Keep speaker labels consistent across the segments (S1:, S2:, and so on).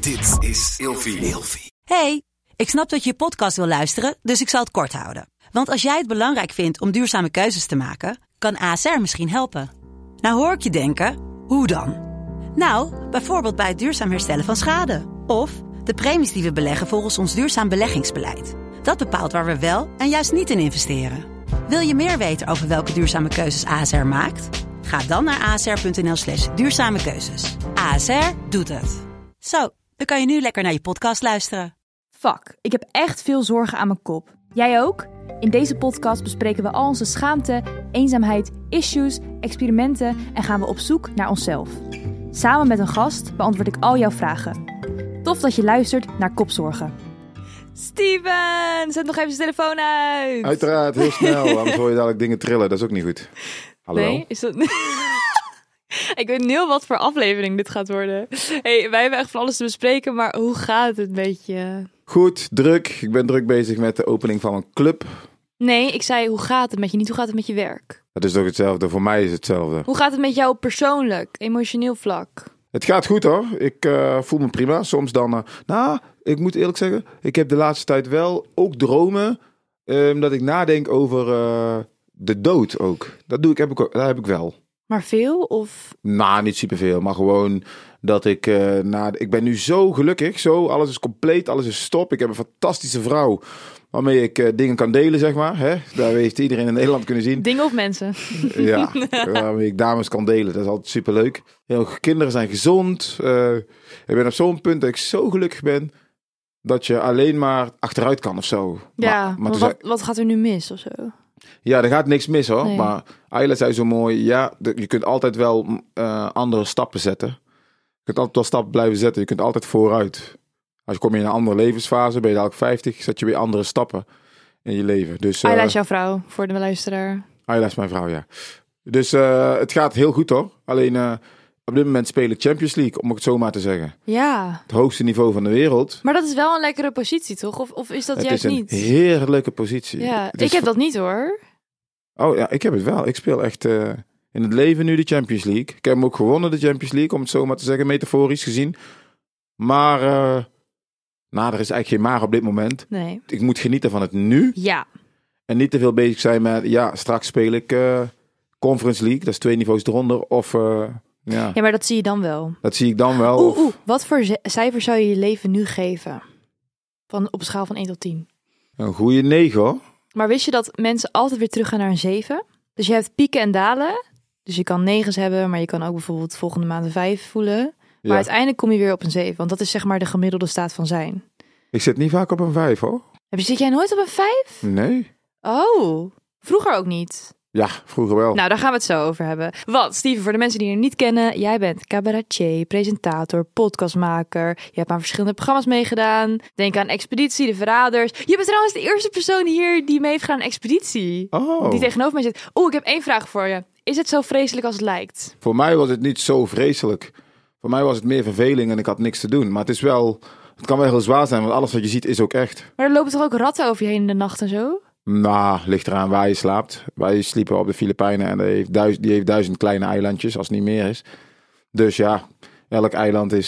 S1: Dit is Ilfie.
S2: Hey, ik snap dat je je podcast wil luisteren, dus ik zal het kort houden. Want als jij het belangrijk vindt om duurzame keuzes te maken, kan ASR misschien helpen. Nou hoor ik je denken, hoe dan? Nou, bijvoorbeeld bij het duurzaam herstellen van schade. Of de premies die we beleggen volgens ons duurzaam beleggingsbeleid. Dat bepaalt waar we wel en juist niet in investeren. Wil je meer weten over welke duurzame keuzes ASR maakt? Ga dan naar asr.nl/duurzame keuzes. ASR doet het. Zo, dan kan je nu lekker naar je podcast luisteren.
S3: Fuck, ik heb echt veel zorgen aan mijn kop. Jij ook? In deze podcast bespreken we al onze schaamte, eenzaamheid, issues, experimenten en gaan we op zoek naar onszelf. Samen met een gast beantwoord ik al jouw vragen. Tof dat je luistert naar Kopzorgen. Steven, zet nog even zijn telefoon uit.
S4: Uiteraard, heel snel. Anders hoor je dadelijk dingen trillen. Dat is ook niet goed. Hallo?
S3: Nee, is dat... Ik weet niet wat voor aflevering dit gaat worden. Hey, wij hebben echt van alles te bespreken, maar hoe gaat het een beetje?
S4: Goed, druk. Ik ben druk bezig met de opening van een club.
S3: Nee, ik zei hoe gaat het met je, niet hoe gaat het met je werk?
S4: Dat is toch hetzelfde? Voor mij is het hetzelfde.
S3: Hoe gaat het met jou persoonlijk, emotioneel vlak?
S4: Het gaat goed hoor. Ik voel me prima. Soms dan... ik moet eerlijk zeggen, ik heb de laatste tijd wel ook dromen dat ik nadenk over de dood ook. Dat heb ik wel.
S3: Maar veel of?
S4: Nou, niet superveel, maar gewoon dat ik ik ben nu zo gelukkig. Zo, alles is compleet, alles is stop. Ik heb een fantastische vrouw waarmee ik dingen kan delen, zeg maar. Hè? Daar heeft iedereen in Nederland kunnen zien.
S3: Dingen of mensen?
S4: Ja, waarmee ik dames kan delen. Dat is altijd superleuk. Kinderen zijn gezond. Ik ben op zo'n punt dat ik zo gelukkig ben dat je alleen maar achteruit kan of zo.
S3: Ja, maar wat gaat er nu mis of zo?
S4: Ja, er gaat niks mis hoor.
S3: Nee.
S4: Maar Ayla zei zo mooi, ja, je kunt altijd wel andere stappen zetten. Je kunt altijd wel stappen blijven zetten. Je kunt altijd vooruit. Als je komt in een andere levensfase, ben je dadelijk 50, zet je weer andere stappen in je leven. Dus,
S3: Ayla is jouw vrouw, voor de luisteraar.
S4: Ayla is mijn vrouw, ja. Dus het gaat heel goed hoor. Alleen op dit moment spelen Champions League, om het zo maar te zeggen.
S3: Ja.
S4: Het hoogste niveau van de wereld.
S3: Maar dat is wel een lekkere positie, toch? Of is dat juist niet?
S4: Het is een heerlijke positie.
S3: Ja, ik heb dat niet hoor.
S4: Oh ja, ik heb het wel. Ik speel echt in het leven nu de Champions League. Ik heb hem ook gewonnen, de Champions League, om het zo maar te zeggen, metaforisch gezien. Maar, er is eigenlijk geen maar op dit moment.
S3: Nee.
S4: Ik moet genieten van het nu.
S3: Ja.
S4: En niet te veel bezig zijn met, straks speel ik Conference League, dat is 2 niveaus eronder. Of,
S3: Ja, maar dat zie je dan wel.
S4: Dat zie ik dan wel.
S3: Wat voor cijfer zou je je leven nu geven? Op een schaal van 1 tot 10.
S4: Een goede 9 hoor.
S3: Maar wist je dat mensen altijd weer teruggaan naar een 7? Dus je hebt pieken en dalen. Dus je kan 9's hebben, maar je kan ook bijvoorbeeld volgende maand een 5 voelen. Maar uiteindelijk kom je weer op een 7. Want dat is zeg maar de gemiddelde staat van zijn.
S4: Ik zit niet vaak op een 5 hoor.
S3: Zit jij nooit op een 5?
S4: Nee.
S3: Oh, vroeger ook niet.
S4: Ja, vroeger wel.
S3: Nou, daar gaan we het zo over hebben. Want, Steven, voor de mensen die je niet kennen, jij bent cabaretier, presentator, podcastmaker. Je hebt aan verschillende programma's meegedaan. Denk aan Expeditie, De Verraders. Je bent trouwens de eerste persoon hier die mee heeft gedaan aan Expeditie.
S4: Oh.
S3: Die tegenover mij zit. Ik heb 1 vraag voor je. Is het zo vreselijk als het lijkt?
S4: Voor mij was het niet zo vreselijk. Voor mij was het meer verveling en ik had niks te doen. Maar het kan wel heel zwaar zijn, want alles wat je ziet is ook echt.
S3: Maar er lopen toch ook ratten over je heen in de nacht en zo?
S4: Nou, ligt eraan waar je slaapt. Wij sliepen op de Filipijnen en die heeft 1000 kleine eilandjes, als het niet meer is. Dus ja, elk eiland is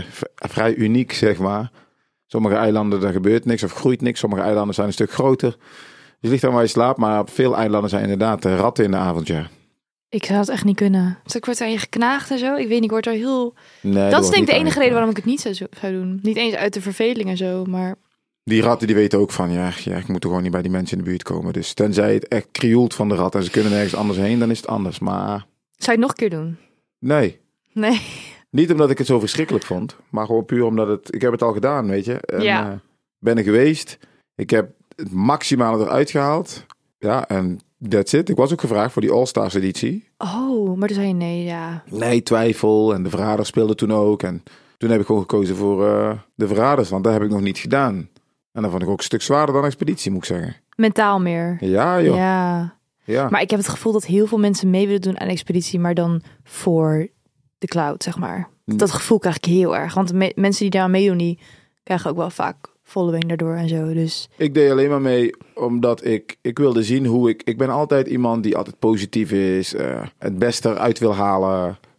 S4: vrij uniek, zeg maar. Sommige eilanden, daar gebeurt niks of groeit niks. Sommige eilanden zijn een stuk groter. Dus het ligt aan waar je slaapt, maar op veel eilanden zijn inderdaad ratten in de avond, ja.
S3: Ik zou het echt niet kunnen. Dus ik word aan je geknaagd en zo. Ik weet niet, ik word er heel...
S4: Nee,
S3: dat is denk ik de enige reden waarom ik het niet zou doen. Niet eens uit de verveling en zo, maar...
S4: Die ratten die weten ook van, ik moet er gewoon niet bij die mensen in de buurt komen. Dus tenzij het echt krioelt van de rat en ze kunnen nergens anders heen, dan is het anders. Maar...
S3: Zou je het nog een keer doen?
S4: Nee.
S3: Nee.
S4: Niet omdat ik het zo verschrikkelijk vond, maar gewoon puur omdat ik heb het al gedaan, weet je. En, ben er geweest. Ik heb het maximale eruit gehaald. Ja, en that's it. Ik was ook gevraagd voor die All-Stars editie.
S3: Oh, maar toen zei je nee, ja.
S4: Nee, twijfel. En de Verraders speelden toen ook. En toen heb ik gewoon gekozen voor de Verraders, want dat heb ik nog niet gedaan. En dat vond ik ook een stuk zwaarder dan Expeditie, moet ik zeggen.
S3: Mentaal meer.
S4: Ja, joh.
S3: Ja. Maar ik heb het gevoel dat heel veel mensen mee willen doen aan Expeditie, maar dan voor de cloud, zeg maar. Dat gevoel krijg ik heel erg. Want mensen die daar meedoen, die krijgen ook wel vaak following daardoor en zo. Dus.
S4: Ik deed alleen maar mee omdat ik wilde zien hoe ik ben altijd iemand die altijd positief is. Het beste eruit wil halen.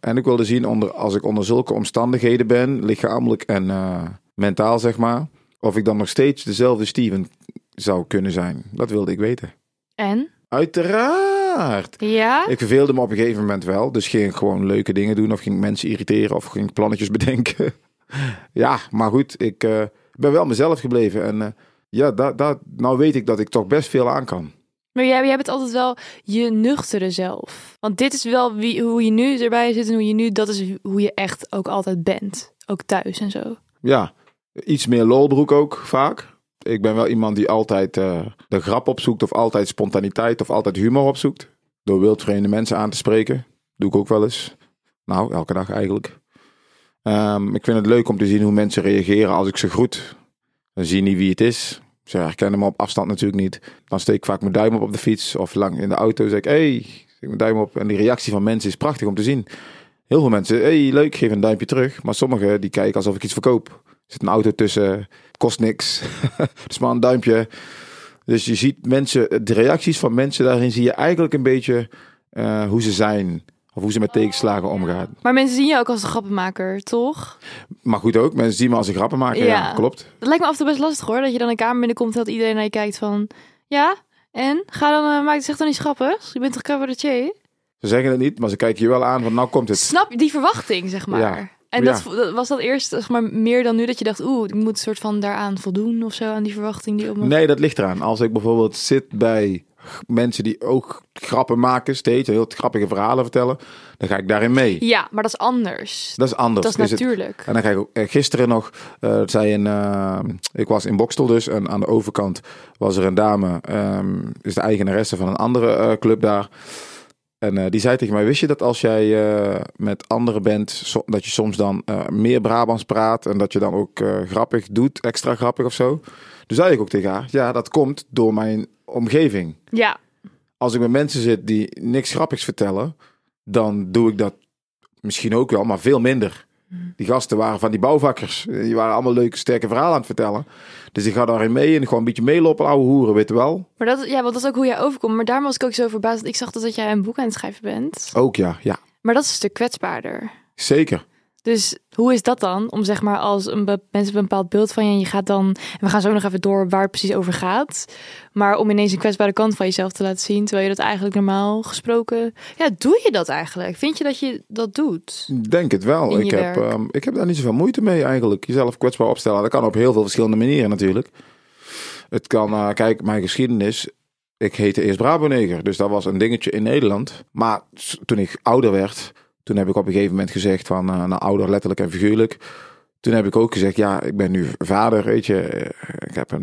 S4: En ik wilde zien, als ik onder zulke omstandigheden ben, lichamelijk en mentaal zeg maar, of ik dan nog steeds dezelfde Steven zou kunnen zijn. Dat wilde ik weten.
S3: En?
S4: Uiteraard.
S3: Ja?
S4: Ik verveelde me op een gegeven moment wel. Dus ging ik gewoon leuke dingen doen. Of ging ik mensen irriteren. Of ging ik plannetjes bedenken. Ja, maar goed. Ik ben wel mezelf gebleven. En nou weet ik dat ik toch best veel aan kan.
S3: Maar jij bent altijd wel je nuchtere zelf. Want dit is wel hoe je nu erbij zit en hoe je nu... Dat is hoe je echt ook altijd bent. Ook thuis en zo.
S4: Ja, iets meer lolbroek ook vaak. Ik ben wel iemand die altijd de grap opzoekt. Of altijd spontaniteit. Of altijd humor opzoekt. Door wildvreemde mensen aan te spreken. Doe ik ook wel eens. Nou, elke dag eigenlijk. Ik vind het leuk om te zien hoe mensen reageren als ik ze groet. Dan zie je niet wie het is. Ze herkennen me op afstand natuurlijk niet. Dan steek ik vaak mijn duim op de fiets. Of lang in de auto zeg ik, hey, steek mijn duim op. En die reactie van mensen is prachtig om te zien. Heel veel mensen, hey, leuk, geef een duimpje terug. Maar sommigen die kijken alsof ik iets verkoop. Er zit een auto tussen, kost niks. Dus maar een duimpje. Dus je ziet mensen, de reacties van mensen, daarin zie je eigenlijk een beetje hoe ze zijn. Of hoe ze met tegenslagen omgaan.
S3: Maar mensen zien je ook als een grappenmaker, toch? Maar
S4: goed ook, mensen zien me als een grappenmaker, ja, klopt.
S3: Dat lijkt me af en toe best lastig hoor, dat je dan in een kamer binnenkomt en dat iedereen naar je kijkt van... Ja, en? Ga dan, zeg dan iets grappigs. Je bent toch cabaretier?
S4: Ze zeggen het niet, maar ze kijken je wel aan van nou komt het.
S3: Snap die verwachting, zeg maar. Ja. En was dat eerst zeg maar, meer dan nu dat je dacht... ik moet een soort van daaraan voldoen of zo, aan die verwachting die op me...
S4: Nee, dat ligt eraan. Als ik bijvoorbeeld zit bij mensen die ook grappen maken steeds, heel grappige verhalen vertellen, dan ga ik daarin mee.
S3: Ja, maar dat is anders.
S4: Dat is anders.
S3: Dat is natuurlijk.
S4: En dan ga ik ook gisteren nog, ik was in Bokstel dus, en aan de overkant was er een dame, is de eigenaresse van een andere club daar. En die zei tegen mij, wist je dat als jij met anderen bent, dat je soms dan meer Brabants praat en dat je dan ook grappig doet, extra grappig of zo? Toen zei ik ook tegen haar, ja, dat komt door mijn omgeving.
S3: Ja.
S4: Als ik met mensen zit die niks grappigs vertellen, dan doe ik dat misschien ook wel, maar veel minder. Die gasten waren van die bouwvakkers. Die waren allemaal leuke, sterke verhalen aan het vertellen. Dus ik ga daarin mee en gewoon een beetje meelopen, ouwe hoeren, weet je wel.
S3: Maar want dat is ook hoe jij overkomt. Maar daarom was ik ook zo verbaasd. Ik zag dat jij een boek aan het schrijven bent.
S4: Ook ja.
S3: Maar dat is een stuk kwetsbaarder.
S4: Zeker.
S3: Dus hoe is dat dan? Om zeg maar als mensen een bepaald beeld van je en je gaat dan... En we gaan zo nog even door waar het precies over gaat. Maar om ineens een kwetsbare kant van jezelf te laten zien, terwijl je dat eigenlijk normaal gesproken... Ja, doe je dat eigenlijk? Vind je dat je dat doet?
S4: Denk het wel. Ik heb daar niet zoveel moeite mee eigenlijk. Jezelf kwetsbaar opstellen. Dat kan op heel veel verschillende manieren natuurlijk. Het kan, kijk, mijn geschiedenis... Ik heette eerst Braboneger, dus dat was een dingetje in Nederland. Maar toen ik ouder werd... Toen heb ik op een gegeven moment gezegd van, ouder letterlijk en figuurlijk. Toen heb ik ook gezegd, ja, ik ben nu vader, weet je. Ik heb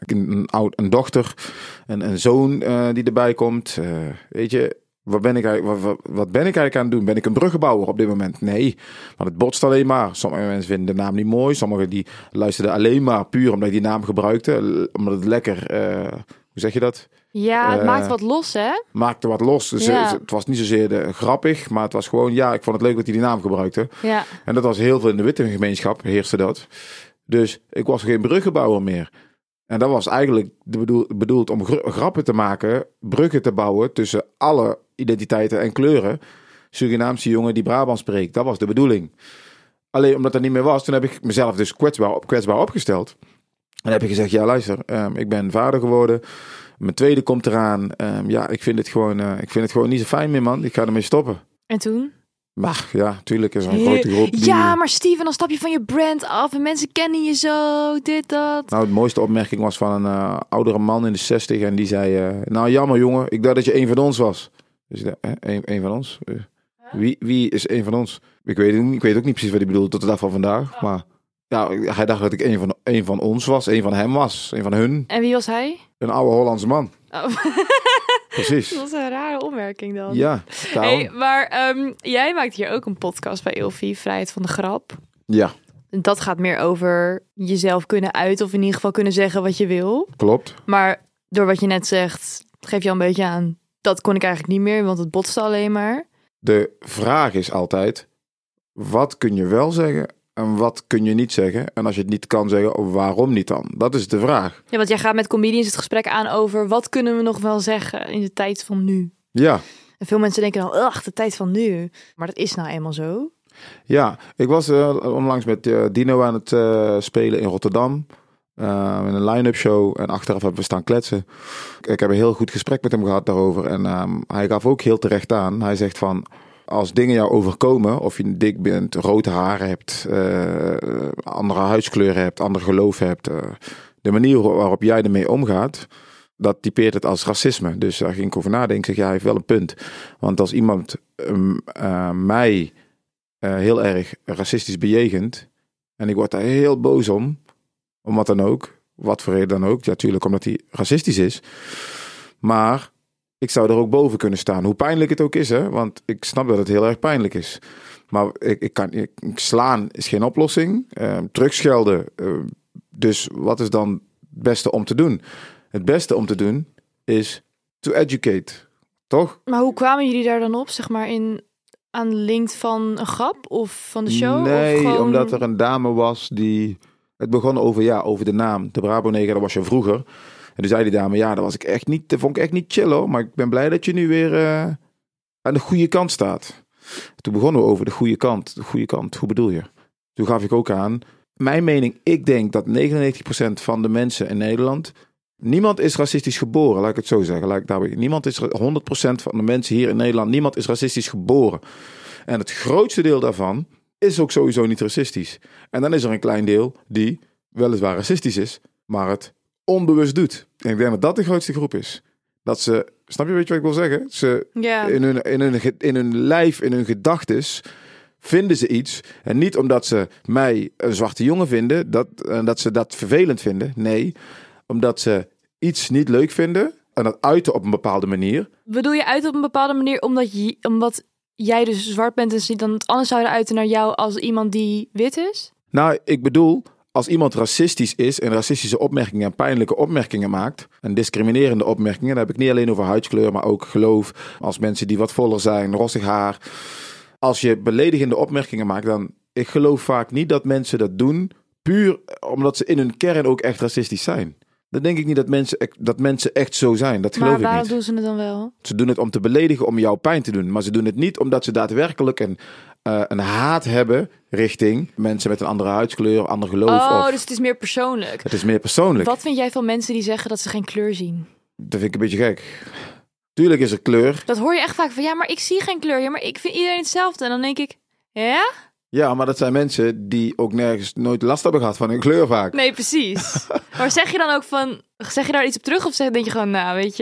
S4: een dochter, een zoon die erbij komt. Weet je, wat ben ik eigenlijk aan het doen? Ben ik een bruggenbouwer op dit moment? Nee, want het botst alleen maar. Sommige mensen vinden de naam niet mooi. Sommigen die luisterden alleen maar puur omdat ik die naam gebruikte. Omdat het lekker, hoe zeg je dat?
S3: Ja, het maakt wat los, hè?
S4: Maakte wat los. Dus het was niet zozeer grappig, maar het was gewoon, ja, ik vond het leuk dat hij die naam gebruikte.
S3: Ja.
S4: En dat was heel veel in de witte gemeenschap, heerste dat. Dus ik was geen bruggenbouwer meer. En dat was eigenlijk bedoeld om grappen te maken, bruggen te bouwen tussen alle identiteiten en kleuren. Surinaamse jongen die Brabant spreekt, dat was de bedoeling. Alleen omdat dat niet meer was, toen heb ik mezelf dus kwetsbaar opgesteld. En heb ik gezegd, ja luister, ik ben vader geworden. Mijn tweede komt eraan. Ik vind het gewoon niet zo fijn meer, man. Ik ga ermee stoppen.
S3: En toen?
S4: Maar ja, tuurlijk is er een grote groep.
S3: Ja, maar Steven, dan stap je van je brand af en mensen kennen je zo, dit, dat.
S4: Nou, de mooiste opmerking was van een oudere man in de 60 en die zei, nou jammer jongen, ik dacht dat je een van ons was. Dus een van ons? Wie is een van ons? Ik weet ook niet precies wat hij bedoelde tot de dag van vandaag, maar... Ja, hij dacht dat ik een van ons was, een van hem was, een van hun.
S3: En wie was hij?
S4: Een oude Hollandse man.
S3: Oh.
S4: Precies.
S3: Dat was een rare opmerking dan.
S4: Ja.
S3: Hey, maar jij maakt hier ook een podcast bij Ilfie, Vrijheid van de Grap.
S4: Ja.
S3: Dat gaat meer over jezelf kunnen uiten of in ieder geval kunnen zeggen wat je wil.
S4: Klopt.
S3: Maar door wat je net zegt, geef je al een beetje aan, dat kon ik eigenlijk niet meer, want het botste alleen maar.
S4: De vraag is altijd, wat kun je wel zeggen en wat kun je niet zeggen? En als je het niet kan zeggen, waarom niet dan? Dat is de vraag.
S3: Ja, want jij gaat met comedians het gesprek aan over wat kunnen we nog wel zeggen in de tijd van nu.
S4: Ja.
S3: En veel mensen denken dan, ach, de tijd van nu. Maar dat is nou eenmaal zo.
S4: Ja, ik was onlangs met Dino aan het spelen in Rotterdam. In een line-up show. En achteraf hebben we staan kletsen. Ik heb een heel goed gesprek met hem gehad daarover. En hij gaf ook heel terecht aan. Hij zegt van, als dingen jou overkomen, of je dik bent, rode haren hebt, andere huidskleur hebt, ander geloof hebt, de manier waarop jij ermee omgaat, dat typeert het als racisme. Dus daar ging ik over nadenken. Ik zeg, ja, hij heeft wel een punt. Want als iemand mij heel erg racistisch bejegent, en ik word daar heel boos om wat dan ook, wat voor reden dan ook, ja, natuurlijk omdat hij racistisch is, maar ik zou er ook boven kunnen staan. Hoe pijnlijk het ook is, hè? Want ik snap dat het heel erg pijnlijk is. Maar slaan is geen oplossing. Terugschelden. Dus wat is dan het beste om te doen? Het beste om te doen is to educate. Toch?
S3: Maar hoe kwamen jullie daar dan op? Zeg maar aan de link van een grap of van de show?
S4: Nee,
S3: of gewoon...
S4: omdat er een dame was die... Het begon over de naam. De Brabo-neger, dat was je vroeger. En toen zei die dame, ja, dat vond ik echt niet chill hoor. Maar ik ben blij dat je nu weer aan de goede kant staat. Toen begonnen we over de goede kant. De goede kant, hoe bedoel je? Toen gaf ik ook aan, mijn mening, ik denk dat 99% van de mensen in Nederland... Niemand is racistisch geboren, laat ik het zo zeggen. Niemand is 100% van de mensen hier in Nederland, niemand is racistisch geboren. En het grootste deel daarvan is ook sowieso niet racistisch. En dan is er een klein deel die weliswaar racistisch is, maar het onbewust doet. En ik denk dat dat de grootste groep is. Dat ze, snap je, weet je wat ik wil zeggen? Ze in hun lijf, in hun gedachtes vinden ze iets. En niet omdat ze mij een zwarte jongen vinden, dat ze dat vervelend vinden. Nee, omdat ze iets niet leuk vinden en dat uiten op een bepaalde manier.
S3: Bedoel je uit op een bepaalde manier omdat jij dus zwart bent en ze dan het anders zouden uiten naar jou als iemand die wit is?
S4: Nou, ik bedoel, als iemand racistisch is en racistische opmerkingen en pijnlijke opmerkingen maakt en discriminerende opmerkingen, dan heb ik niet alleen over huidskleur, maar ook geloof, als mensen die wat voller zijn, rossig haar. Als je beledigende opmerkingen maakt, dan, ik geloof vaak niet dat mensen dat doen puur omdat ze in hun kern ook echt racistisch zijn. Dan denk ik niet dat mensen echt zo zijn. Dat geloof ik niet.
S3: Maar waarom doen ze het dan wel?
S4: Ze doen het om te beledigen, om jou pijn te doen. Maar ze doen het niet omdat ze daadwerkelijk een haat hebben richting mensen met een andere huidskleur, ander geloof.
S3: Dus het is meer persoonlijk.
S4: Het is meer persoonlijk.
S3: Wat vind jij van mensen die zeggen dat ze geen kleur zien?
S4: Dat vind ik een beetje gek. Tuurlijk is er kleur.
S3: Dat hoor je echt vaak van, ja, maar ik zie geen kleur. Ja, maar ik vind iedereen hetzelfde. En dan denk ik, ja?
S4: Ja, maar dat zijn mensen die ook nergens nooit last hebben gehad van hun kleur vaak.
S3: Nee, precies. Maar zeg je dan ook van, zeg je daar iets op terug of denk je gewoon, nou, weet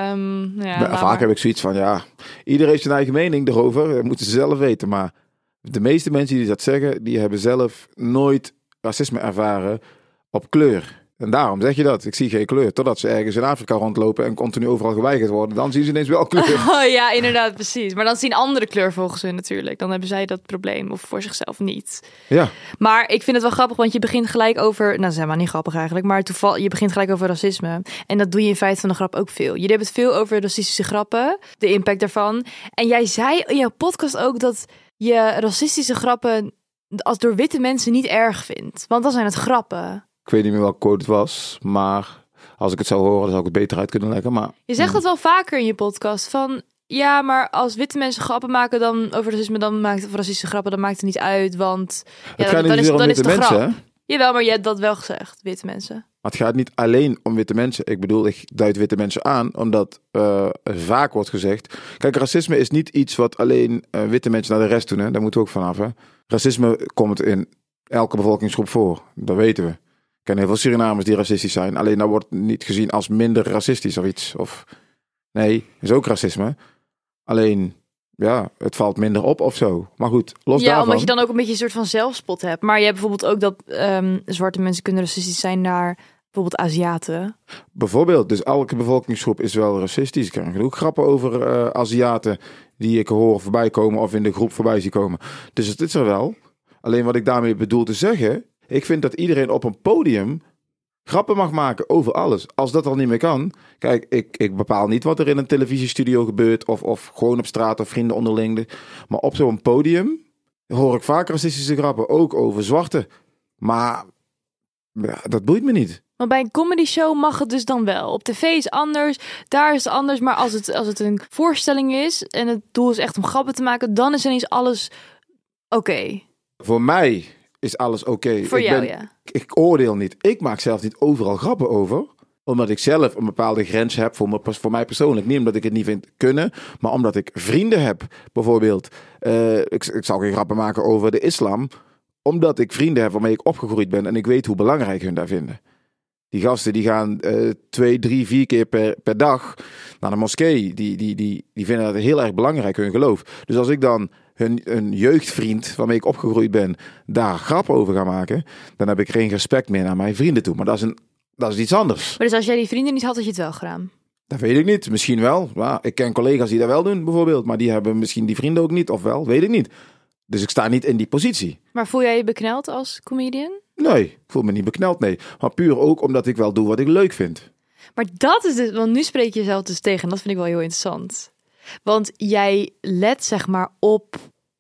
S3: je,
S4: vaak heb ik zoiets van, ja, iedereen heeft zijn eigen mening erover. Dat moeten ze zelf weten. Maar de meeste mensen die dat zeggen, die hebben zelf nooit racisme ervaren op kleur. En daarom zeg je dat. Ik zie geen kleur. Totdat ze ergens in Afrika rondlopen en continu overal geweigerd worden. Dan zien ze ineens wel kleur.
S3: Oh ja, inderdaad, precies. Maar dan zien andere kleur volgens hun natuurlijk. Dan hebben zij dat probleem. Of voor zichzelf niet.
S4: Ja.
S3: Maar ik vind het wel grappig, want je begint gelijk over... Nou, dat is helemaal niet grappig eigenlijk. Maar je begint gelijk over racisme. En dat doe je in feite van de grap ook veel. Jullie hebben het veel over racistische grappen. De impact daarvan. En jij zei in jouw podcast ook dat je racistische grappen als door witte mensen niet erg vindt. Want dan zijn het grappen.
S4: Ik weet niet meer welke quote het was, maar als ik het zou horen, dan zou ik het beter uit kunnen leggen. Maar
S3: je zegt dat wel vaker in je podcast, van ja, maar als witte mensen grappen maken dan over racisme, of racistische grappen, dan maakt het niet uit, want ja, dan is het de grap. Hè? Jawel, maar je hebt dat wel gezegd, witte mensen.
S4: Maar het gaat niet alleen om witte mensen. Ik bedoel, ik duid witte mensen aan, omdat vaak wordt gezegd... Kijk, racisme is niet iets wat alleen witte mensen naar de rest doen. Hè? Daar moeten we ook vanaf. Hè? Racisme komt in elke bevolkingsgroep voor. Dat weten we. Ik ken heel veel Surinamers die racistisch zijn. Alleen dat wordt niet gezien als minder racistisch of iets. Of nee, is ook racisme. Alleen, ja, het valt minder op of zo. Maar goed, los daarvan.
S3: Ja, omdat je dan ook een beetje een soort van zelfspot hebt. Maar je hebt bijvoorbeeld ook dat zwarte mensen kunnen racistisch zijn naar bijvoorbeeld Aziaten.
S4: Bijvoorbeeld, dus elke bevolkingsgroep is wel racistisch. Ik kan genoeg grappen over Aziaten die ik hoor voorbij komen of in de groep voorbij zie komen. Dus het is er wel. Alleen wat ik daarmee bedoel te zeggen... Ik vind dat iedereen op een podium grappen mag maken over alles. Als dat al niet meer kan. Kijk, ik bepaal niet wat er in een televisiestudio gebeurt. Of gewoon op straat of vrienden onderling. Maar op zo'n podium hoor ik vaak racistische grappen. Ook over zwarte. Maar ja, dat boeit me niet.
S3: Want bij een comedy show mag het dus dan wel. Op tv is anders, daar is het anders. Maar als het een voorstelling is en het doel is echt om grappen te maken, dan is ineens alles oké.
S4: Voor mij is alles oké.
S3: Voor jou, ja.
S4: Ik oordeel niet. Ik maak zelf niet overal grappen over. Omdat ik zelf een bepaalde grens heb voor mij persoonlijk. Niet omdat ik het niet vind kunnen, maar omdat ik vrienden heb. Bijvoorbeeld, ik zal geen grappen maken over de islam. Omdat ik vrienden heb waarmee ik opgegroeid ben en ik weet hoe belangrijk hun daar vinden. Die gasten die gaan 2, 3, 4 keer per dag naar de moskee. Die vinden dat heel erg belangrijk, hun geloof. Dus als ik dan hun jeugdvriend, waarmee ik opgegroeid ben, daar grappen over ga maken, dan heb ik geen respect meer naar mijn vrienden toe. Maar dat is iets anders.
S3: Maar dus als jij die vrienden niet had je het wel gedaan?
S4: Dat weet ik niet. Misschien wel. Maar ik ken collega's die dat wel doen, bijvoorbeeld. Maar die hebben misschien die vrienden ook niet. Of wel, weet ik niet. Dus ik sta niet in die positie.
S3: Maar voel jij je bekneld als comedian?
S4: Nee, ik voel me niet bekneld, nee. Maar puur ook omdat ik wel doe wat ik leuk vind.
S3: Maar dat is dus, want nu spreek je jezelf dus tegen. En dat vind ik wel heel interessant. Want jij let zeg maar op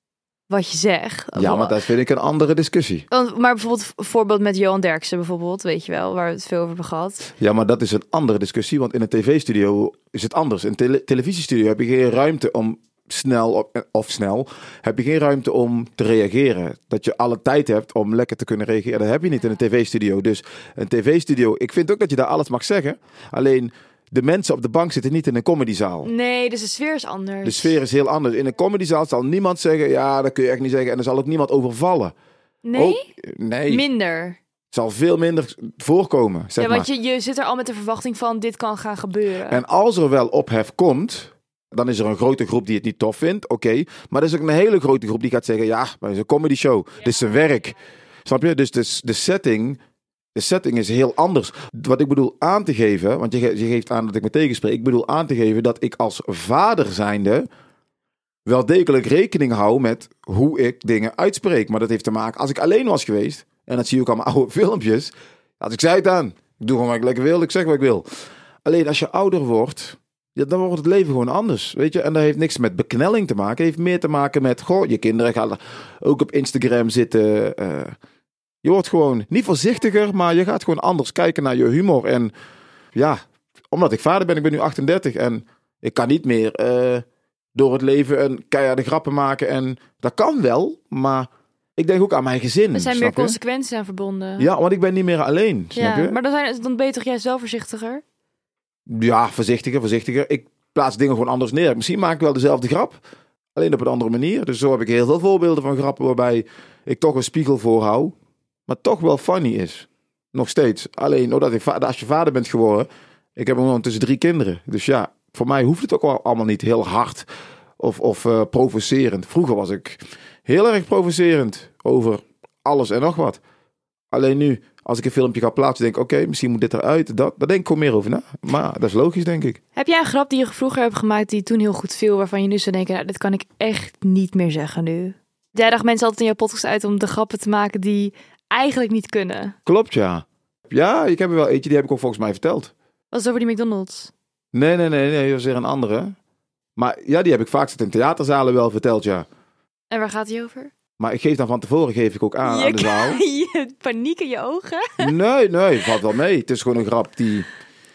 S3: wat je zegt.
S4: Ja, maar dat vind ik een andere discussie.
S3: Maar bijvoorbeeld een voorbeeld met Johan Derksen bijvoorbeeld, weet je wel, waar we het veel over hebben gehad.
S4: Ja, maar dat is een andere discussie, want in een tv-studio is het anders. In een televisiestudio heb je geen ruimte om snel heb je geen ruimte om te reageren. Dat je alle tijd hebt om lekker te kunnen reageren. Dat heb je niet in een tv-studio. Dus een tv-studio, ik vind ook dat je daar alles mag zeggen. Alleen de mensen op de bank zitten niet in een comedyzaal.
S3: Nee, dus de sfeer is anders.
S4: De sfeer is heel anders. In een comedyzaal zal niemand zeggen, ja, dat kun je echt niet zeggen. En er zal ook niemand overvallen.
S3: Nee?
S4: Nee.
S3: Minder.
S4: Het zal veel minder voorkomen, zeg
S3: want
S4: maar.
S3: je zit er al met de verwachting van, dit kan gaan gebeuren.
S4: En als er wel ophef komt, dan is er een grote groep die het niet tof vindt. Oké. Maar er is ook een hele grote groep die gaat zeggen, ja, maar het is een comedy show. Dit is zijn werk. Snap je? Dus de setting is heel anders. Wat ik bedoel aan te geven, want je geeft aan dat ik me tegenspreek. Ik bedoel aan te geven dat ik als vader zijnde wel degelijk rekening hou met hoe ik dingen uitspreek. Maar dat heeft te maken, als ik alleen was geweest, en dat zie je ook aan mijn oude filmpjes, had ik zei het aan. Ik doe gewoon wat ik lekker wil, ik zeg wat ik wil. Alleen als je ouder wordt, ja, dan wordt het leven gewoon anders, weet je. En dat heeft niks met beknelling te maken. Het heeft meer te maken met, je kinderen gaan ook op Instagram zitten. Je wordt gewoon niet voorzichtiger, maar je gaat gewoon anders kijken naar je humor. En ja, omdat ik vader ben, ik ben nu 38 en ik kan niet meer door het leven een keiharde grappen maken. En dat kan wel, maar ik denk ook aan mijn gezin.
S3: Er zijn meer consequenties aan verbonden.
S4: Ja, want ik ben niet meer alleen, snap je?
S3: Maar dan ben je toch juist zelf voorzichtiger?
S4: Ja, voorzichtiger. Ik plaats dingen gewoon anders neer. Misschien maak ik wel dezelfde grap, alleen op een andere manier. Dus zo heb ik heel veel voorbeelden van grappen waarbij ik toch een spiegel voorhoud, maar toch wel funny is. Nog steeds. Alleen als je vader bent geworden, ik heb gewoon tussen 3 kinderen. Dus ja, voor mij hoeft het ook allemaal niet heel hard of provocerend. Vroeger was ik heel erg provocerend over alles en nog wat. Alleen nu, als ik een filmpje ga plaatsen, denk ik, oké, misschien moet dit eruit. Daar denk ik gewoon meer over na. Maar dat is logisch, denk ik.
S3: Heb jij een grap die je vroeger hebt gemaakt die toen heel goed viel, waarvan je nu zou denken, nou, dit kan ik echt niet meer zeggen nu? Jij dacht mensen altijd in jouw podcast uit om de grappen te maken die eigenlijk niet kunnen.
S4: Klopt, ja. Ja, ik heb er wel eentje, die heb ik ook volgens mij verteld.
S3: Was het over die McDonald's?
S4: Nee, dat was weer een andere. Maar ja, die heb ik vaak in theaterzalen wel verteld, ja.
S3: En waar gaat die over?
S4: Maar ik geef dan van tevoren aan de zaal.
S3: Je paniek in je ogen?
S4: Nee, valt wel mee. Het is gewoon een grap die...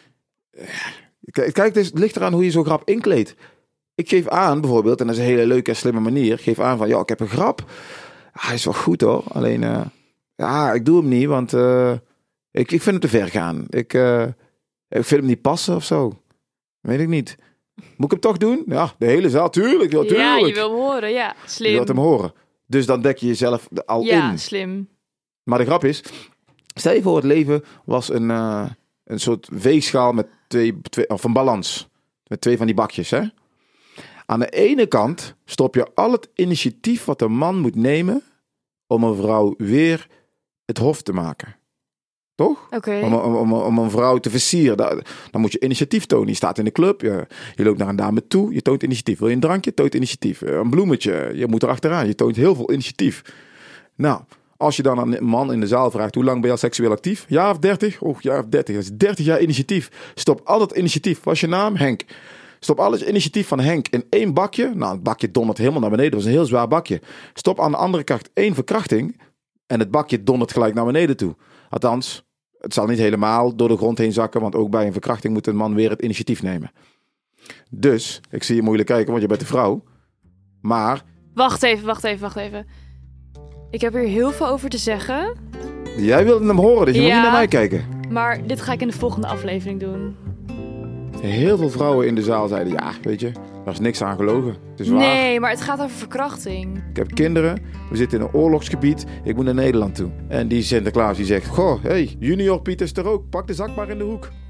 S4: Kijk, het ligt eraan hoe je zo'n grap inkleedt. Ik geef aan, bijvoorbeeld, en dat is een hele leuke en slimme manier. Ik geef aan van, ja, ik heb een grap. Hij is wel goed, hoor. Alleen, ik doe hem niet, want ik vind hem te ver gaan. Ik vind hem niet passen of zo. Weet ik niet. Moet ik hem toch doen? Ja, de hele zaal, tuurlijk.
S3: Ja, je wil hem horen, ja. Slim.
S4: Je wilt hem horen. Dus dan dek je jezelf al in.
S3: Ja, slim.
S4: Maar de grap is, stel je voor, het leven was een soort weegschaal met of een balans. Met 2 van die bakjes, hè. Aan de ene kant stop je al het initiatief wat een man moet nemen om een vrouw weer het hof te maken. Toch?
S3: Okay.
S4: Om een vrouw te versieren. Dan moet je initiatief tonen. Je staat in de club, je loopt naar een dame toe, je toont initiatief. Wil je een drankje? Toont initiatief. Een bloemetje, je moet er achteraan. Je toont heel veel initiatief. Nou, als je dan aan een man in de zaal vraagt, hoe lang ben je al seksueel actief? Jaar of 30? Jaar of 30. Dat is 30 jaar initiatief. Stop al dat initiatief. Wat is je naam? Henk. Stop alles initiatief van Henk in 1 bakje. Nou, het bakje dondert helemaal naar beneden. Dat was een heel zwaar bakje. Stop aan de andere kant 1 verkrachting. En het bakje dondert gelijk naar beneden toe. Althans, het zal niet helemaal door de grond heen zakken, want ook bij een verkrachting moet een man weer het initiatief nemen. Dus, ik zie je moeilijk kijken, want je bent een vrouw. Maar...
S3: Wacht even. Ik heb hier heel veel over te zeggen.
S4: Jij wilde hem horen, dus je moet niet naar mij kijken.
S3: Maar dit ga ik in de volgende aflevering doen.
S4: Heel veel vrouwen in de zaal zeiden, ja, weet je, daar is niks aan gelogen. Het is waar.
S3: Nee, maar het gaat over verkrachting.
S4: Ik heb kinderen, we zitten in een oorlogsgebied, ik moet naar Nederland toe. En die Sinterklaas die zegt, goh, hey, junior Piet is er ook, pak de zak maar in de hoek.